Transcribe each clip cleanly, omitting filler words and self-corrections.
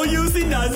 要先人，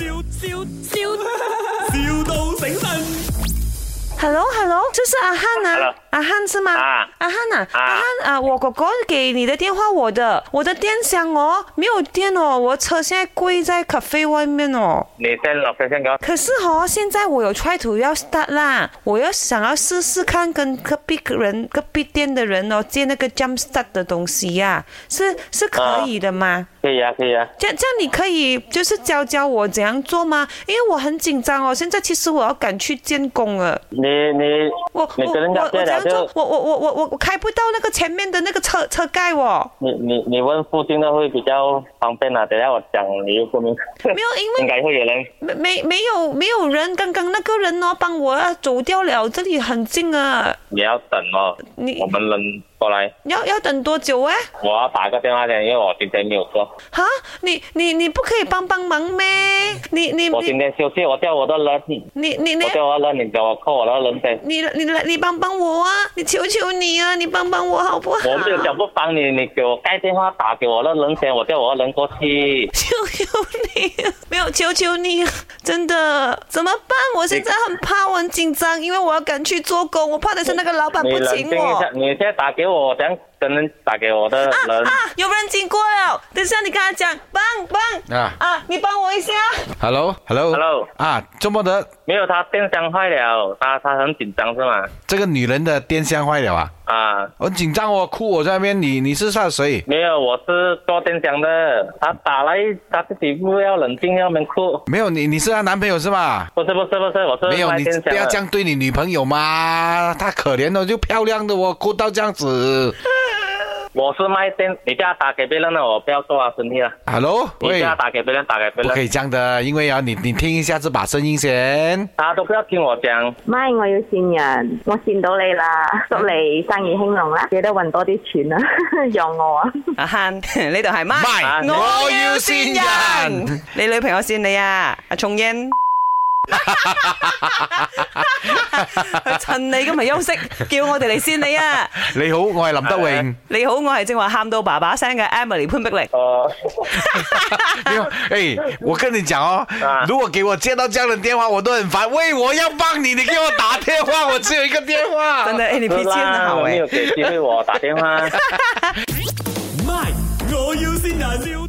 笑到醒神。 Hello， 这是阿汉啊 Hello 阿汉是吗？阿汉啊，阿汉啊，我哥哥给你的电话，我的电箱哦，没有电哦，我车现在跪在咖啡外面哦。 你先落车先讲。 可是哦，现在我有 try to 要 start 啦，我想要试试看跟隔壁店的人哦借那个 jump start 的东西呀、是可以的吗？ 可以啊。 这样你可以就是教我怎样做吗？因为我很紧张哦，现在其实我要赶去建工了。 你跟人家借了就我开不到那个前面的那个车盖哦。 你问附近的会比较方便啊。等一下我讲你又不明。 没有，因为应该会有人。 没有人，刚刚那个人哦帮我走掉了，这里很近啊。 你要等哦。我们人过来。 要等多久啊？ 我要打个电话先，因为我今天没有做。 哈，你不可以帮忙咩？ 我今天休息，我叫我的人。我叫我的人，你叫我扣我的人先。 你帮我啊！你求你啊！你帮我好不好？ 我没有讲不帮你，你给我盖电话打给我的人先，我叫我的人过去。 求你，没有求你，真的怎么办？我现在很怕，我很紧张，因为我要赶去做工，我怕的是那个老板不请我。 你冷静一下，你现在打给我，这样跟人打给我的人。 有人经过了，等一下你跟他讲，帮你帮我一下。 Hello， 啊，这么的没有，他电箱坏了，他很紧张是吗？ 这个女人的电箱坏了啊？我很紧张，我哭，我在那边，你是谁？ 没有，我是做电箱的，他打来，他自己不要冷静，要没哭。 没有，你是她男朋友是吗？ 不是，我是没有， 卖电箱的。 你不要这样对你女朋友嘛，她可怜的就漂亮的，我哭到这样子。 我是卖电，你叫他打给别人了，我不要做他生意了。 Hello， 你叫他打给别人。 不可以这样的，因为你聽一下這把聲音先。 他都不要聽我講。 咪我要線人，我線到你啦，祝你生意興隆啦，記得搵多啲錢啦，讓我啊。 阿漢，呢度係咪？ 我要線人。 你女朋友線你啊？阿松英。趁你今日休息，叫我哋嚟先你啊！ 你好，我係林德榮。 你好，我係正話喊到爸爸聲嘅 Emily 潘碧玲。 我跟你講哦，如果給我接到這樣的電話，我都很煩。喂，我要幫你，你給我打電話，我只有一個電話。 真的，你脾氣很好沒有給機會我打電話。 MY，我要先人。